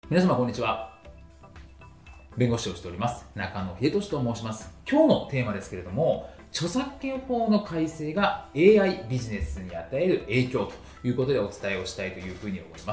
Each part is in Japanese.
皆様こんにちは。弁護士をしております中野秀俊と申します。今日のテーマですけれども、著作権法の改正が AI ビジネスに与える影響ということでお伝えをしたいというふうに思います。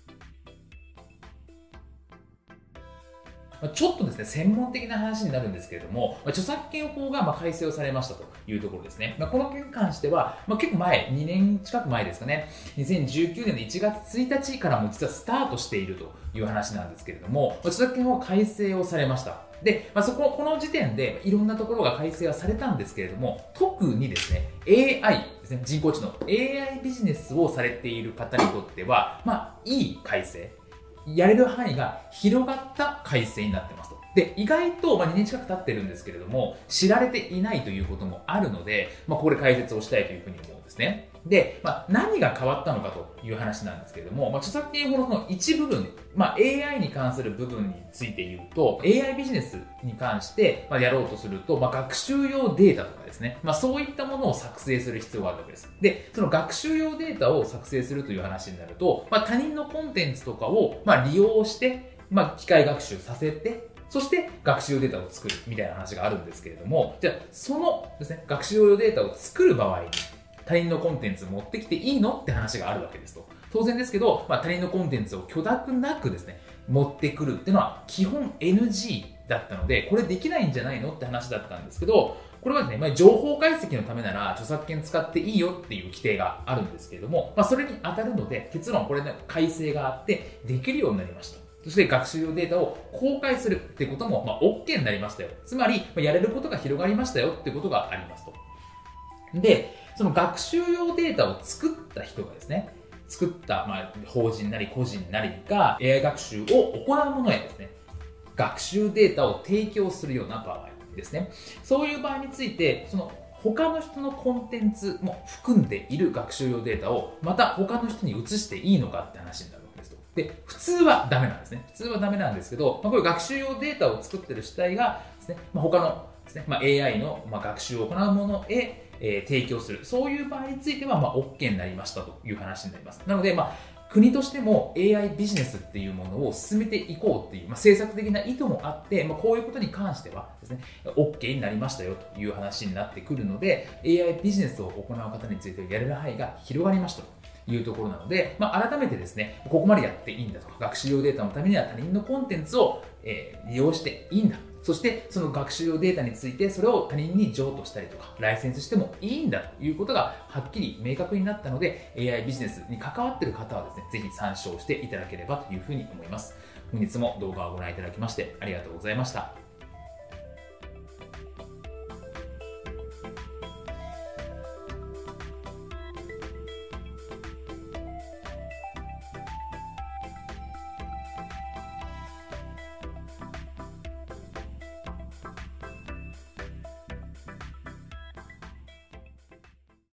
ちょっとですね、専門的な話になるんですけれども、著作権法が改正をされましたというところですね。この件に関しては、結構前、2年近く前ですかね、2019年の1月1日からも実はスタートしているという話なんですけれども、著作権法改正をされました。で、この時点でいろんなところが改正はされたんですけれども、特にですね、AI ですね、人工知能、AI ビジネスをされている方にとっては、いい改正。やれる範囲が広がった改正になってますと。で、意外と2年近く経ってるんですけれども、知られていないということもあるので、ここで解説をしたいというふうに思うんですね。で、何が変わったのかという話なんですけれども、著作権法のその一部分、AI に関する部分について言うと、AI ビジネスに関してやろうとすると、学習用データとかですね、そういったものを作成する必要があるわけです。で、その学習用データを作成するという話になると、他人のコンテンツとかを利用して、機械学習させて、そして学習用データを作るみたいな話があるんですけれども、じゃあそのですね、学習用データを作る場合に他人のコンテンツ持ってきていいのって話があるわけですと。当然ですけど、他人のコンテンツを許諾なくですね、持ってくるっていうのは基本 NG だったので、これできないんじゃないのって話だったんですけど、これはですね、情報解析のためなら著作権使っていいよっていう規定があるんですけれども、それに当たるので、結論これね、改正があってできるようになりました。そして学習用データを公開するってことも、OK になりましたよ。つまり、やれることが広がりましたよってことがありますと。で、その学習用データを作った人がですね、作った、法人なり個人なりが AI 学習を行うものへですね、学習データを提供するような場合ですね。そういう場合について、その他の人のコンテンツも含んでいる学習用データをまた他の人に移していいのかって話になるわけですと。で、普通はダメなんですね。普通はダメなんですけど、これ学習用データを作っている主体がですね、他のですね、AI の学習を行うものへ提供する。そういう場合についてはOK になりましたという話になります。なので、国としても AI ビジネスっていうものを進めていこうっていう、政策的な意図もあって、こういうことに関してはですね、OK になりましたよという話になってくるので、AI ビジネスを行う方についてやれる範囲が広がりましたというところなので、改めてですね、ここまでやっていいんだとか、学習用データのためには他人のコンテンツを利用していいんだ。そしてその学習用データについてそれを他人に譲渡したりとかライセンスしてもいいんだということがはっきり明確になったので、 AI ビジネスに関わっている方はですね、ぜひ参照していただければというふうに思います。本日も動画をご覧いただきましてありがとうございました。